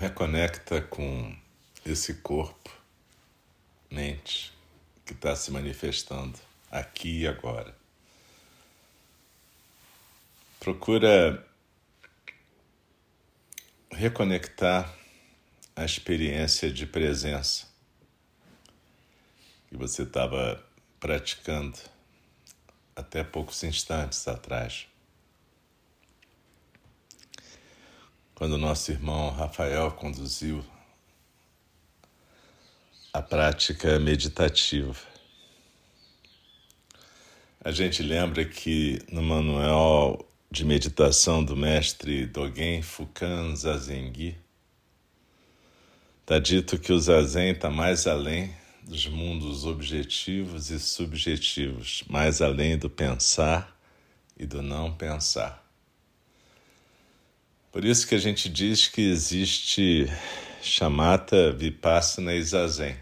reconecta com esse corpo, mente, que está se manifestando aqui e agora. Procura reconectar a experiência de presença que você estava praticando até poucos instantes atrás. Quando o nosso irmão Rafael conduziu a prática meditativa. A gente lembra que no manual de meditação do mestre Dogen Fukan Zazen está dito que o Zazen está mais além dos mundos objetivos e subjetivos, mais além do pensar e do não pensar. Por isso que a gente diz que existe Shamatha, Vipassana e Zazen.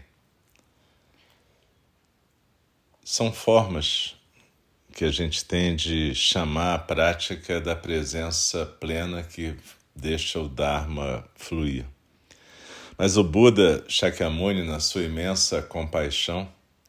São formas que a gente tem de chamar a prática da presença plena que deixa o Dharma fluir. Mas o Buda Shakyamuni, na sua imensa compaixão,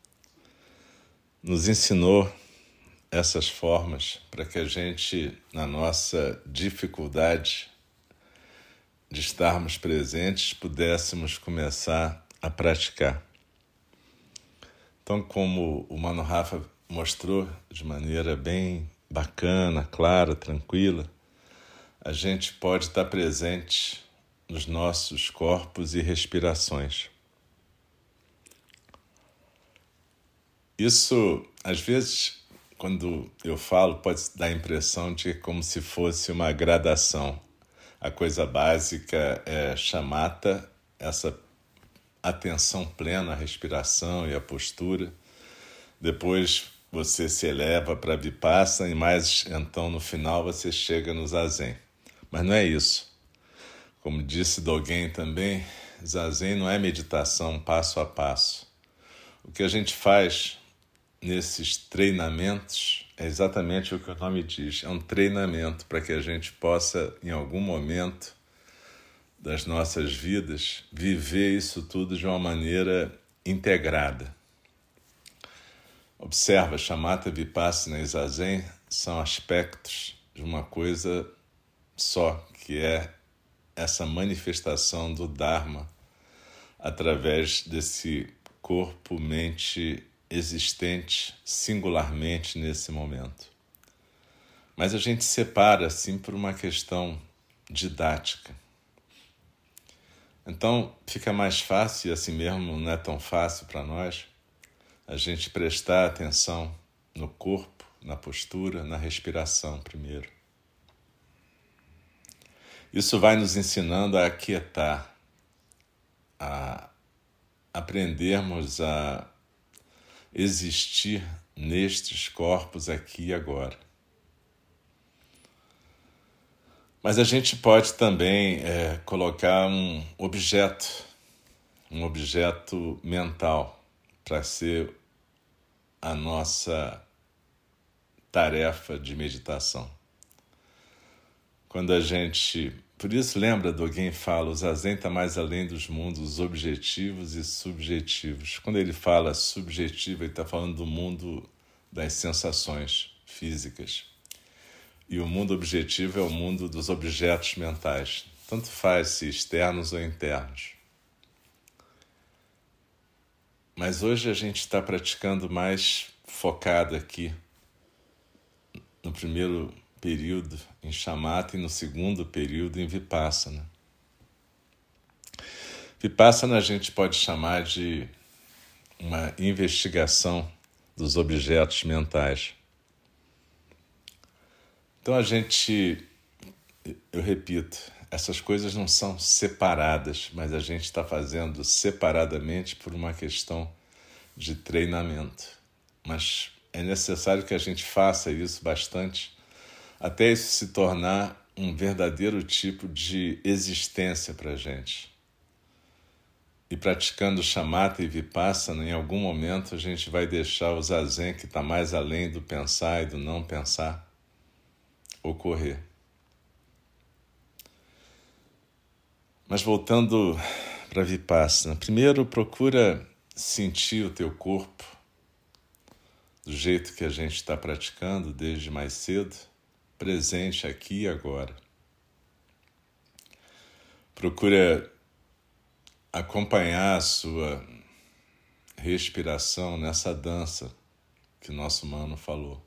nos ensinou essas formas para que a gente, na nossa dificuldade de estarmos presentes, pudéssemos começar a praticar. Então, como o Mano Rafa mostrou de maneira bem bacana, clara, tranquila, a gente pode estar presente nos nossos corpos e respirações. Isso, às vezes, quando eu falo, pode dar a impressão de como se fosse uma gradação. A coisa básica é shamatha, essa atenção plena à respiração e à postura. Depois você se eleva para vipassana e mais então no final você chega no zazen. Mas não é isso. Como disse Dogen também, zazen não é meditação passo a passo. O que a gente faz nesses treinamentos é exatamente o que o nome diz. É um treinamento para que a gente possa, em algum momento das nossas vidas, viver isso tudo de uma maneira integrada. Observa, Shamatha, Vipassana e Zazen são aspectos de uma coisa só, que é essa manifestação do Dharma através desse corpo-mente existente singularmente nesse momento. Mas a gente separa assim por uma questão didática. Então fica mais fácil, e assim mesmo não é tão fácil para nós, a gente prestar atenção no corpo, na postura, na respiração primeiro. Isso vai nos ensinando a aquietar, a aprendermos a existir nestes corpos aqui e agora. Mas a gente pode também colocar um objeto mental para ser a nossa tarefa de meditação. Quando a gente... Por isso, lembra, Dogen fala, o Zazen está mais além dos mundos objetivos e subjetivos. Quando ele fala subjetivo, ele está falando do mundo das sensações físicas. E o mundo objetivo é o mundo dos objetos mentais. Tanto faz se externos ou internos. Mas hoje a gente está praticando mais focado aqui, no primeiro período em Shamatha e no segundo período em Vipassana. Vipassana a gente pode chamar de uma investigação dos objetos mentais. Então eu repito, essas coisas não são separadas, mas a gente está fazendo separadamente por uma questão de treinamento. Mas é necessário que a gente faça isso bastante, até isso se tornar um verdadeiro tipo de existência para a gente. E praticando Shamatha e Vipassana, em algum momento a gente vai deixar o Zazen, que está mais além do pensar e do não pensar, ocorrer. Mas voltando para a Vipassana, primeiro procura sentir o teu corpo do jeito que a gente está praticando desde mais cedo, presente aqui e agora. Procura acompanhar a sua respiração nessa dança que o nosso Mano falou.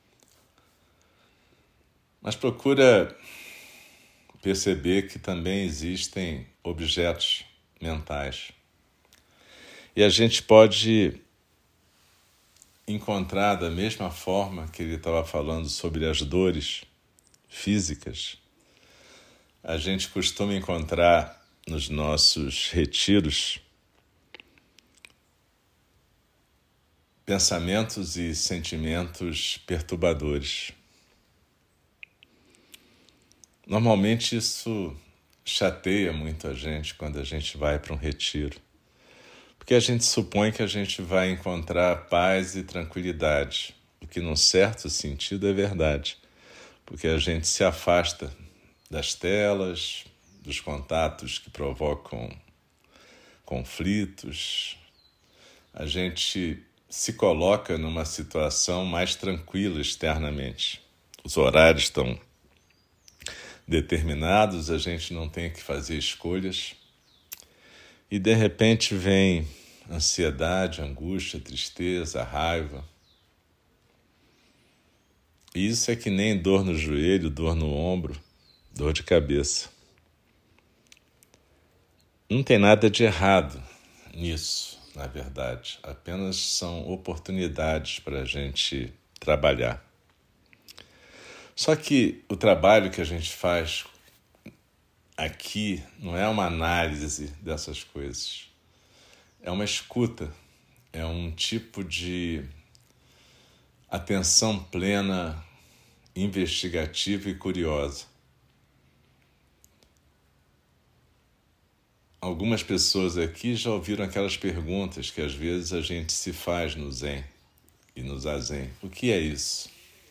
Mas procura perceber que também existem objetos mentais. E a gente pode encontrar da mesma forma que ele estava falando sobre as dores físicas. A gente costuma encontrar nos nossos retiros pensamentos e sentimentos perturbadores. Normalmente isso chateia muito a gente quando a gente vai para um retiro, porque a gente supõe que a gente vai encontrar paz e tranquilidade, o que num certo sentido é verdade, porque a gente se afasta das telas, dos contatos que provocam conflitos, a gente se coloca numa situação mais tranquila externamente. Os horários estão determinados, a gente não tem que fazer escolhas, e de repente vem ansiedade, angústia, tristeza, raiva. E isso é que nem dor no joelho, dor no ombro, dor de cabeça. Não tem nada de errado nisso, na verdade. Apenas são oportunidades para a gente trabalhar. Só que o trabalho que a gente faz aqui não é uma análise dessas coisas. É uma escuta, é um tipo de atenção plena, investigativa e curiosa. Algumas pessoas aqui já ouviram aquelas perguntas que às vezes a gente se faz no Zen e no Zazen. O que é isso?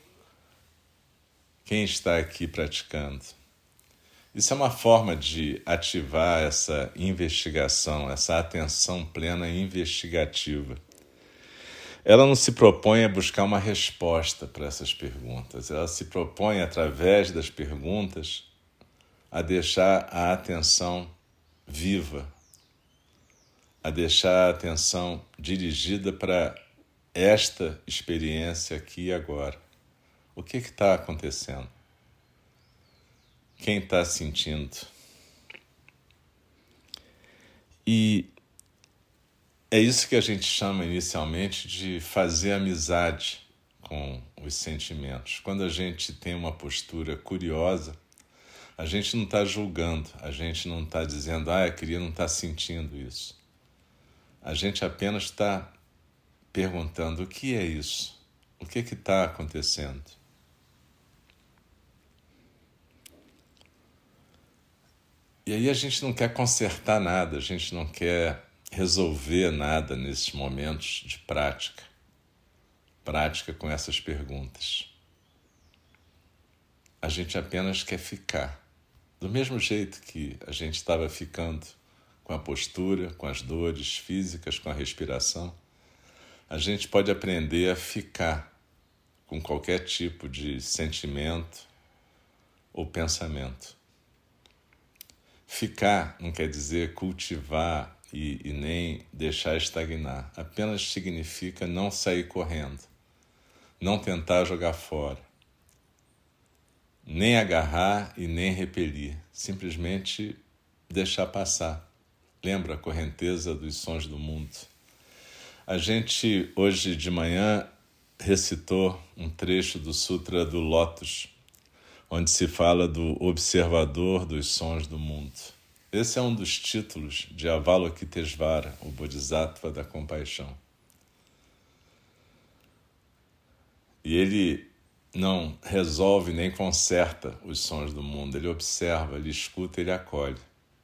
Quem está aqui praticando? Isso é uma forma de ativar essa investigação, essa atenção plena e investigativa. Ela não se propõe a buscar uma resposta para essas perguntas. Ela se propõe, através das perguntas, a deixar a atenção viva, a deixar a atenção dirigida para esta experiência aqui e agora. O que está acontecendo? Quem está sentindo? E é isso que a gente chama inicialmente de fazer amizade com os sentimentos. Quando a gente tem uma postura curiosa, a gente não está julgando, a gente não está dizendo, a queria não está sentindo isso. A gente apenas está perguntando, o que é isso? O que está acontecendo? E aí a gente não quer consertar nada, a gente não quer resolver nada nesses momentos de prática com essas perguntas. A gente apenas quer ficar, do mesmo jeito que a gente estava ficando com a postura, com as dores físicas, com a respiração. A gente pode aprender a ficar com qualquer tipo de sentimento ou pensamento. Ficar não quer dizer cultivar e nem deixar estagnar. Apenas significa não sair correndo, não tentar jogar fora, nem agarrar e nem repelir. Simplesmente deixar passar. Lembra a correnteza dos sons do mundo? A gente, hoje de manhã, recitou um trecho do Sutra do Lótus, onde se fala do observador dos sons do mundo. Esse é um dos títulos de Avalokitesvara, o Bodhisattva da compaixão. E ele não resolve nem conserta os sons do mundo, ele observa, ele escuta, ele acolhe.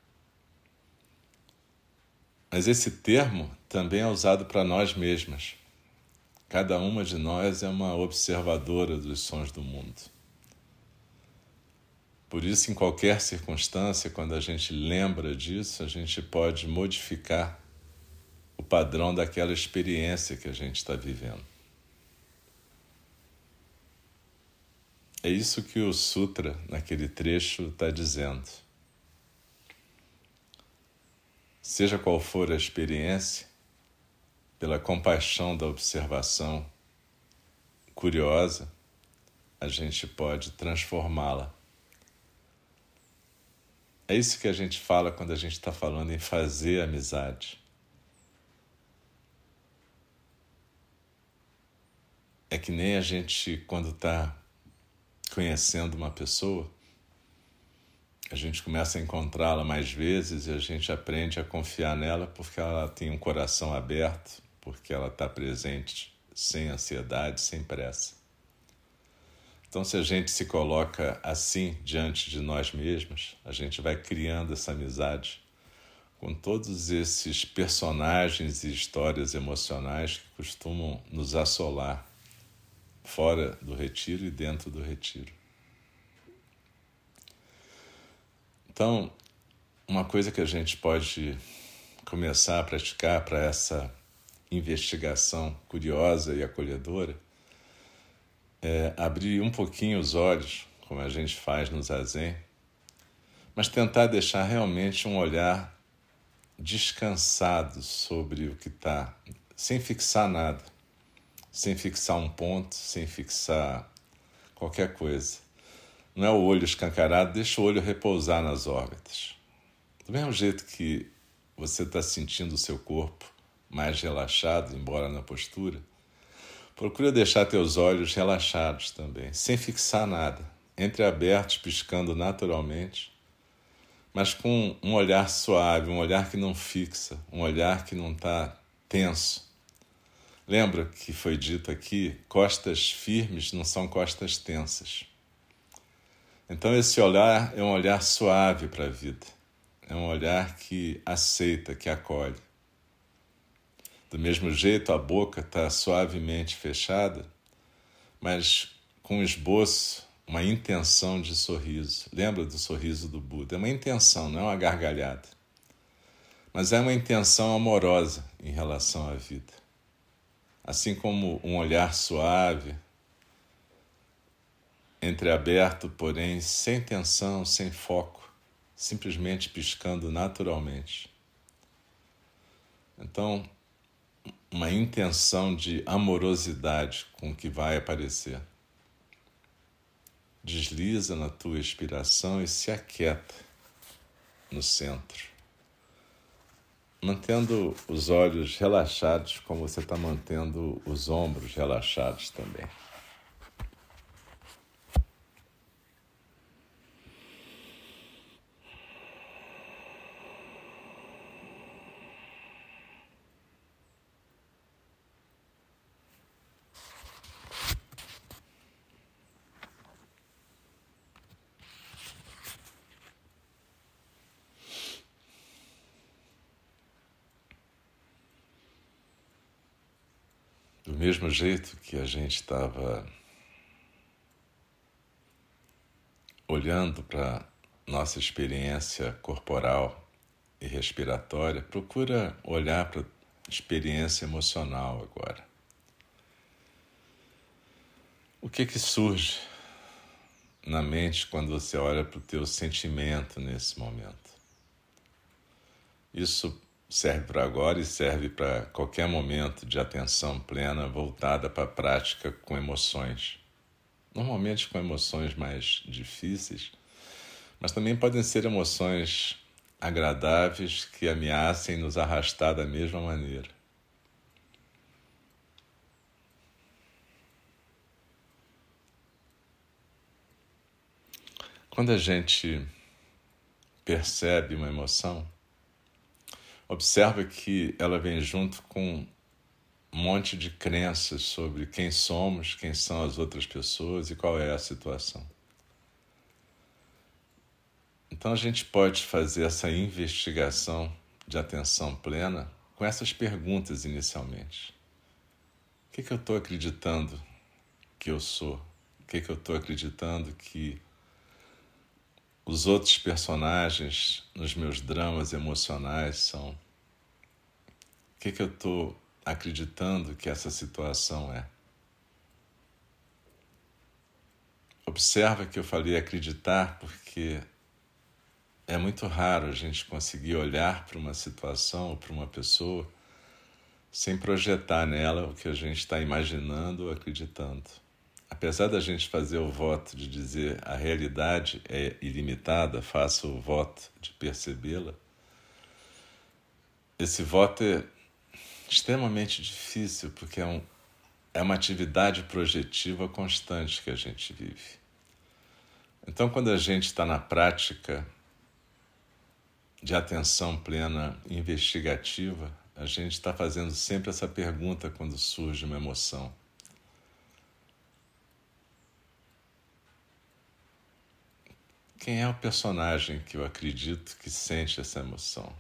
Mas esse termo também é usado para nós mesmas. Cada uma de nós é uma observadora dos sons do mundo. Por isso, em qualquer circunstância, quando a gente lembra disso, a gente pode modificar o padrão daquela experiência que a gente está vivendo. É isso que o Sutra, naquele trecho, está dizendo. Seja qual for a experiência, pela compaixão da observação curiosa, a gente pode transformá-la. É isso que a gente fala quando a gente está falando em fazer amizade. É que nem a gente, quando está conhecendo uma pessoa, a gente começa a encontrá-la mais vezes e a gente aprende a confiar nela porque ela tem um coração aberto, porque ela está presente sem ansiedade, sem pressa. Então, se a gente se coloca assim diante de nós mesmos, a gente vai criando essa amizade com todos esses personagens e histórias emocionais que costumam nos assolar fora do retiro e dentro do retiro. Então, uma coisa que a gente pode começar a praticar para essa investigação curiosa e acolhedora é abrir um pouquinho os olhos, como a gente faz no Zazen, mas tentar deixar realmente um olhar descansado sobre o que está, sem fixar nada, sem fixar um ponto, sem fixar qualquer coisa. Não é o olho escancarado, deixa o olho repousar nas órbitas. Do mesmo jeito que você está sentindo o seu corpo mais relaxado, embora na postura, procura deixar teus olhos relaxados também, sem fixar nada, entreabertos, piscando naturalmente, mas com um olhar suave, um olhar que não fixa, um olhar que não está tenso. Lembra que foi dito aqui, costas firmes não são costas tensas. Então esse olhar é um olhar suave para a vida, é um olhar que aceita, que acolhe. Do mesmo jeito, a boca está suavemente fechada, mas com um esboço, uma intenção de sorriso. Lembra do sorriso do Buda? É uma intenção, não é uma gargalhada. Mas é uma intenção amorosa em relação à vida. Assim como um olhar suave, entreaberto, porém sem tensão, sem foco, simplesmente piscando naturalmente. Então, uma intenção de amorosidade com o que vai aparecer. Desliza na tua expiração e se aquieta no centro, mantendo os olhos relaxados, como você está mantendo os ombros relaxados também. Do mesmo jeito que a gente estava olhando para nossa experiência corporal e respiratória, procura olhar para a experiência emocional agora. O que surge na mente quando você olha para o teu sentimento nesse momento? Isso serve para agora e serve para qualquer momento de atenção plena voltada para a prática com emoções. Normalmente com emoções mais difíceis, mas também podem ser emoções agradáveis que ameacem nos arrastar da mesma maneira. Quando a gente percebe uma emoção, observa que ela vem junto com um monte de crenças sobre quem somos, quem são as outras pessoas e qual é a situação. Então a gente pode fazer essa investigação de atenção plena com essas perguntas inicialmente. O que eu estou acreditando que eu sou? O que eu estou acreditando que os outros personagens nos meus dramas emocionais são o que eu estou acreditando que essa situação é. Observa que eu falei acreditar porque é muito raro a gente conseguir olhar para uma situação ou para uma pessoa sem projetar nela o que a gente está imaginando ou acreditando. Apesar da gente fazer o voto de dizer a realidade é ilimitada, faça o voto de percebê-la, esse voto é extremamente difícil porque é uma atividade projetiva constante que a gente vive. Então, quando a gente está na prática de atenção plena investigativa, a gente está fazendo sempre essa pergunta quando surge uma emoção. Quem é o personagem que eu acredito que sente essa emoção?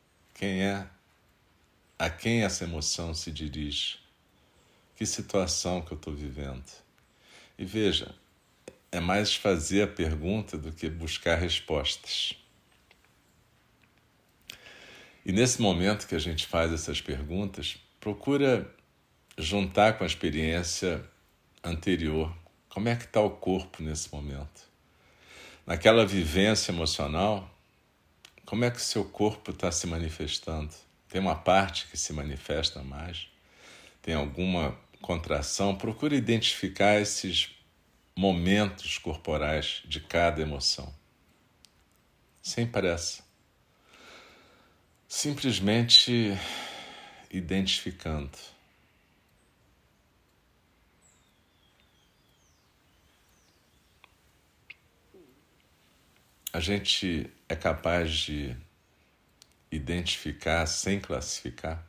A quem essa emoção se dirige? Que situação que eu estou vivendo? E veja, é mais fazer a pergunta do que buscar respostas. E nesse momento que a gente faz essas perguntas, procura juntar com a experiência anterior. Como é que está o corpo nesse momento? Naquela vivência emocional, como é que o seu corpo está se manifestando? Tem uma parte que se manifesta mais? Tem alguma contração? Procura identificar esses momentos corporais de cada emoção. Sem pressa. Simplesmente identificando. A gente é capaz de identificar sem classificar?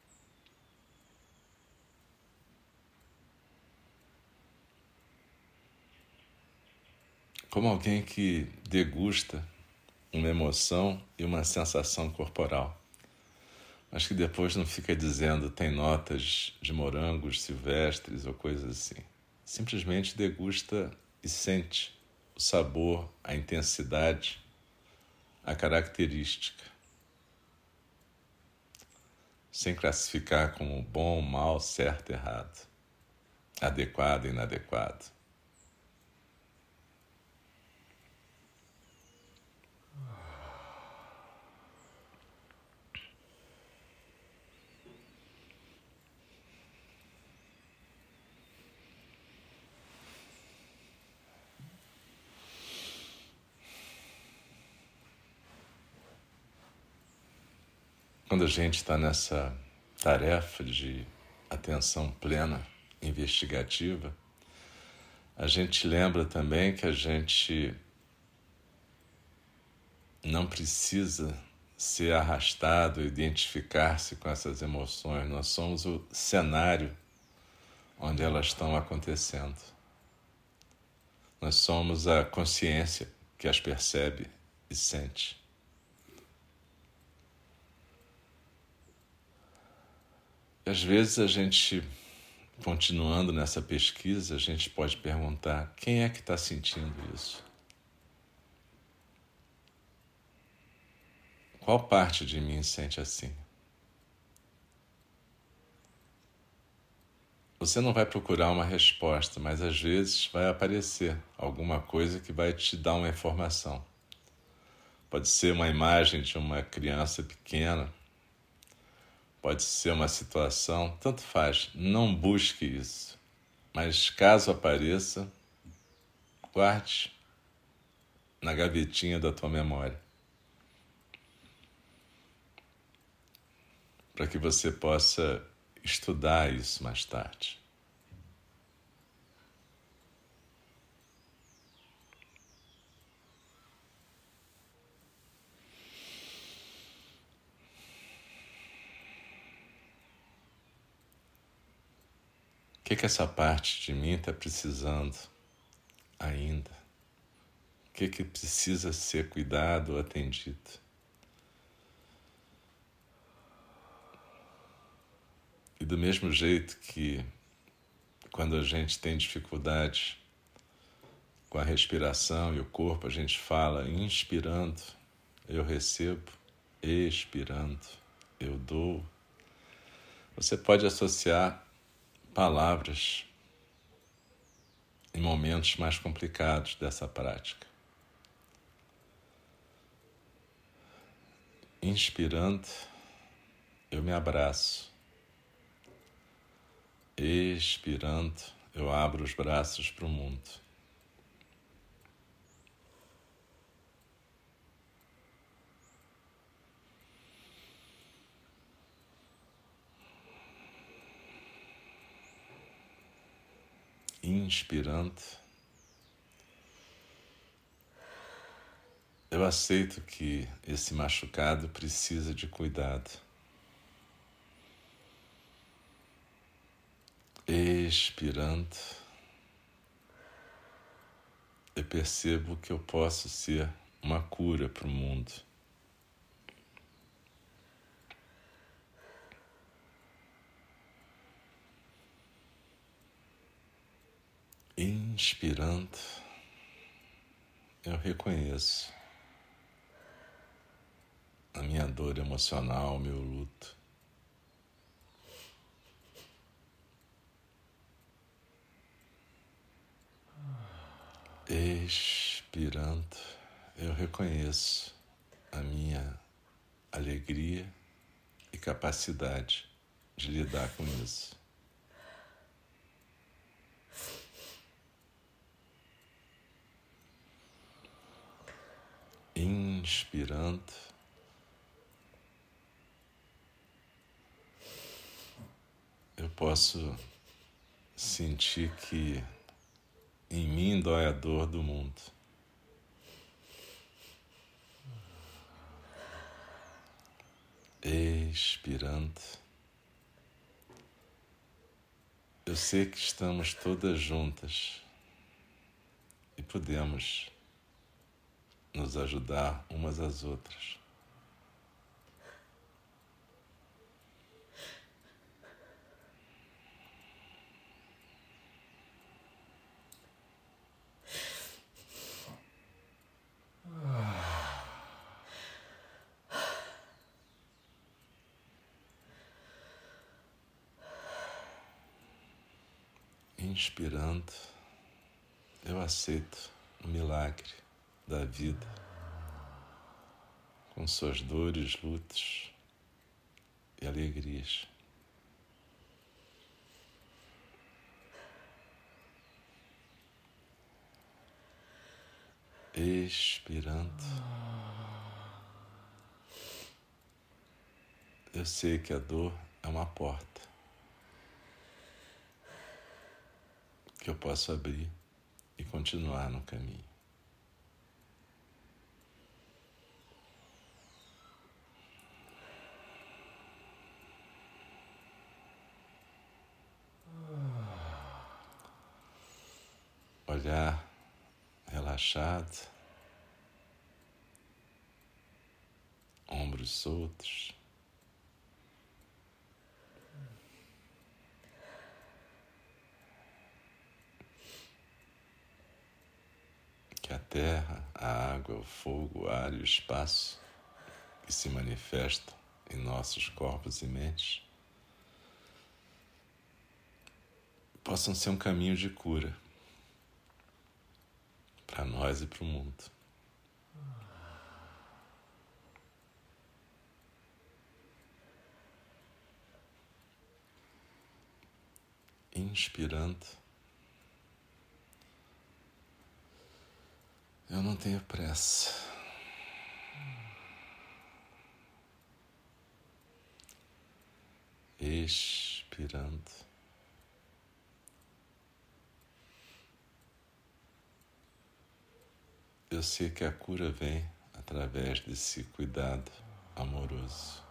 Como alguém que degusta uma emoção e uma sensação corporal, mas que depois não fica dizendo tem notas de morangos silvestres ou coisas assim. Simplesmente degusta e sente o sabor, a intensidade, a característica, sem classificar como bom, mal, certo, errado, adequado, inadequado. Quando a gente está nessa tarefa de atenção plena, investigativa, a gente lembra também que a gente não precisa ser arrastado, identificar-se com essas emoções. Nós somos o cenário onde elas estão acontecendo. Nós somos a consciência que as percebe e sente. E às vezes a gente, continuando nessa pesquisa, a gente pode perguntar: quem é que está sentindo isso? Qual parte de mim sente assim? Você não vai procurar uma resposta, mas às vezes vai aparecer alguma coisa que vai te dar uma informação. Pode ser uma imagem de uma criança pequena, pode ser uma situação, tanto faz. Não busque isso, mas caso apareça, guarde na gavetinha da tua memória, para que você possa estudar isso mais tarde. O que essa parte de mim está precisando ainda? O que precisa ser cuidado ou atendido? E do mesmo jeito que quando a gente tem dificuldade Com a respiração e o corpo, a gente fala inspirando, eu recebo, expirando, eu dou. Você pode associar palavras em momentos mais complicados dessa prática. Inspirando, eu me abraço. Expirando, eu abro os braços para o mundo. Inspirando, eu aceito que esse machucado precisa de cuidado. Expirando, eu percebo que eu posso ser uma cura para o mundo. Inspirando, eu reconheço a minha dor emocional, o meu luto. Expirando, eu reconheço a minha alegria e capacidade de lidar com isso. Inspirando, eu posso sentir que em mim dói a dor do mundo. Expirando, eu sei que estamos todas juntas e podemos nos ajudar umas às outras. Inspirando, eu aceito o milagre da vida, com suas dores, lutas e alegrias. Expirando, eu sei que a dor é uma porta que eu posso abrir e continuar no caminho. Olhar relaxado, ombros soltos. Que a terra, a água, o fogo, o ar e o espaço que se manifestam em nossos corpos e mentes possam ser um caminho de cura para nós e para o mundo. Inspirando, eu não tenho pressa. Expirando, eu sei que a cura vem através desse cuidado amoroso.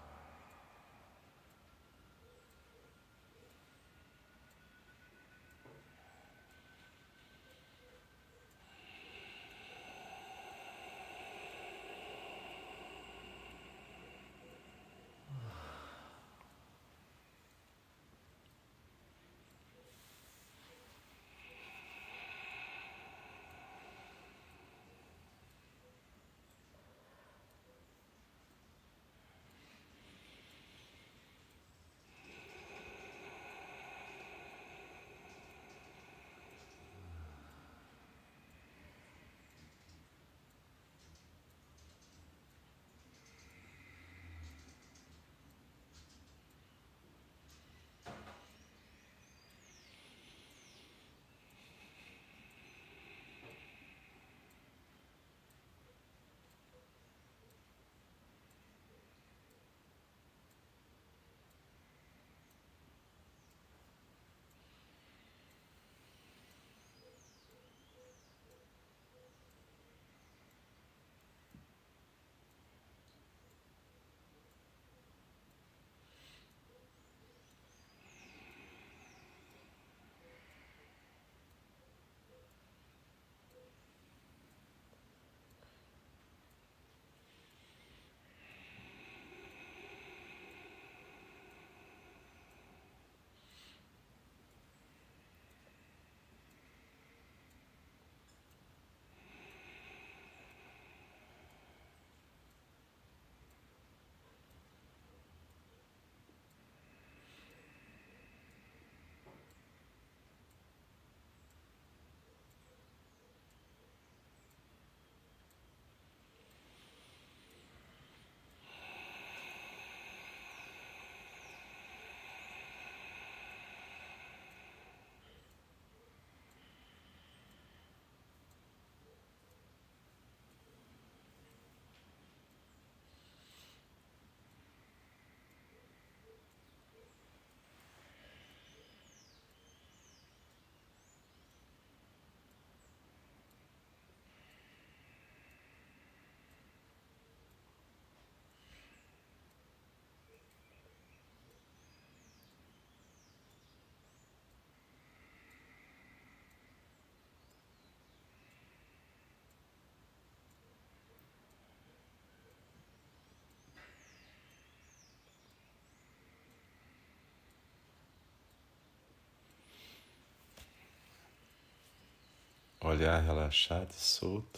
olhar relaxado e solto.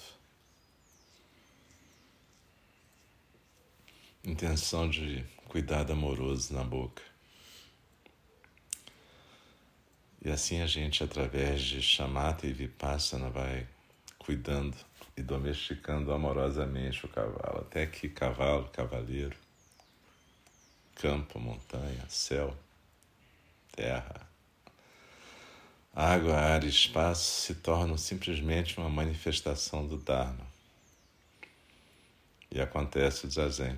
Intenção de cuidado amoroso na boca. E assim a gente, através de shamatha e vipassana, vai cuidando e domesticando amorosamente o cavalo. Até que cavalo, cavaleiro, campo, montanha, céu, terra, água, ar e espaço se tornam simplesmente uma manifestação do Dharma. E acontece o zazen.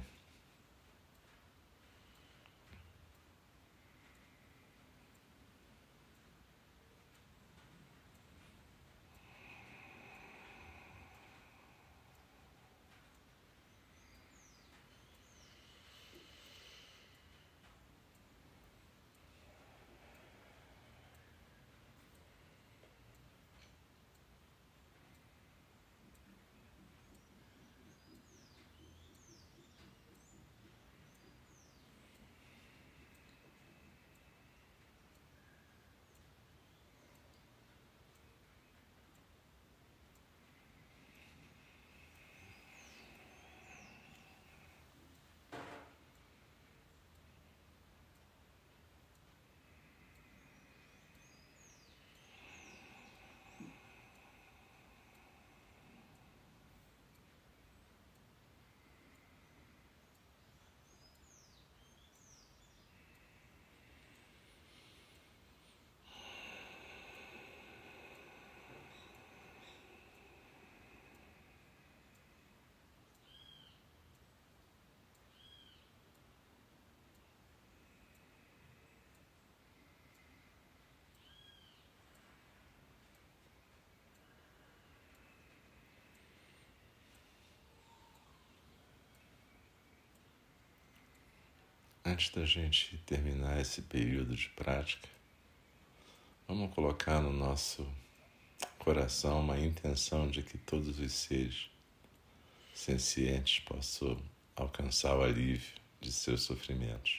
Antes da gente terminar esse período de prática, vamos colocar no nosso coração uma intenção de que todos os seres sencientes possam alcançar o alívio de seus sofrimentos.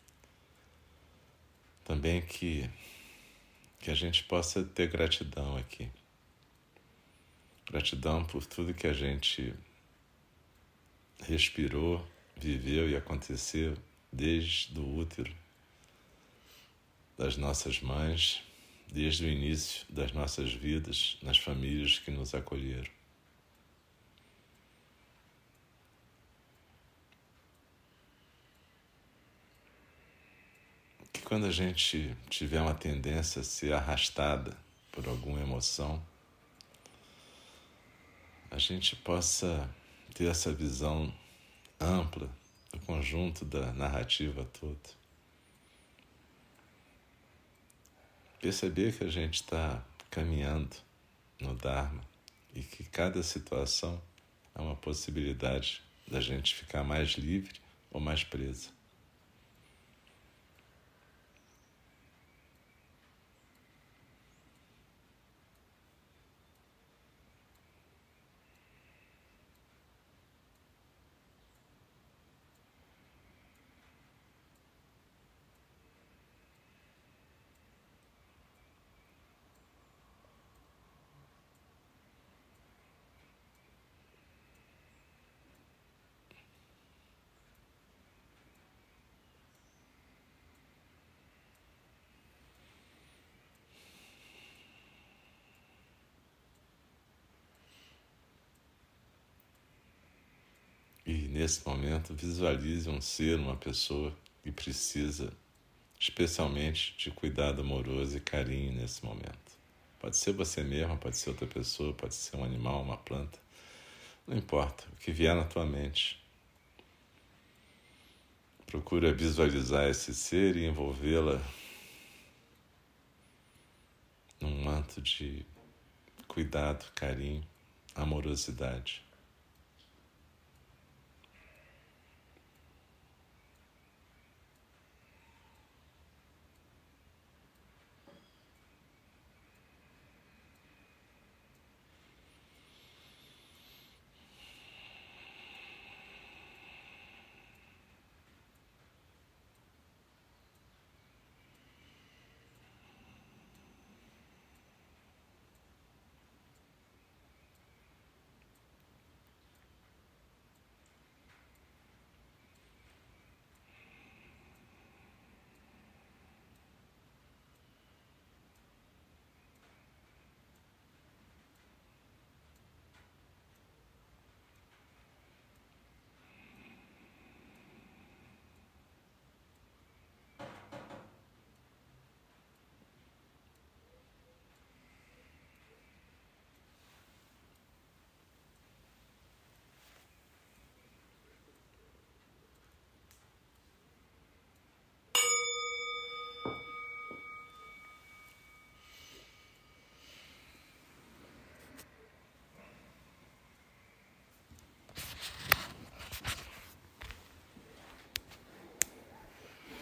Também que a gente possa ter gratidão aqui. Gratidão por tudo que a gente respirou, viveu e aconteceu desde o útero das nossas mães, desde o início das nossas vidas, nas famílias que nos acolheram. Que quando a gente tiver uma tendência a ser arrastada por alguma emoção, a gente possa ter essa visão ampla do conjunto da narrativa toda. Perceber que a gente está caminhando no Dharma e que cada situação é uma possibilidade da gente ficar mais livre ou mais presa. E nesse momento visualize um ser, uma pessoa que precisa especialmente de cuidado amoroso e carinho nesse momento. Pode ser você mesmo, pode ser outra pessoa, pode ser um animal, uma planta. Não importa, o que vier na tua mente. Procura visualizar esse ser e envolvê-la num manto de cuidado, carinho, amorosidade.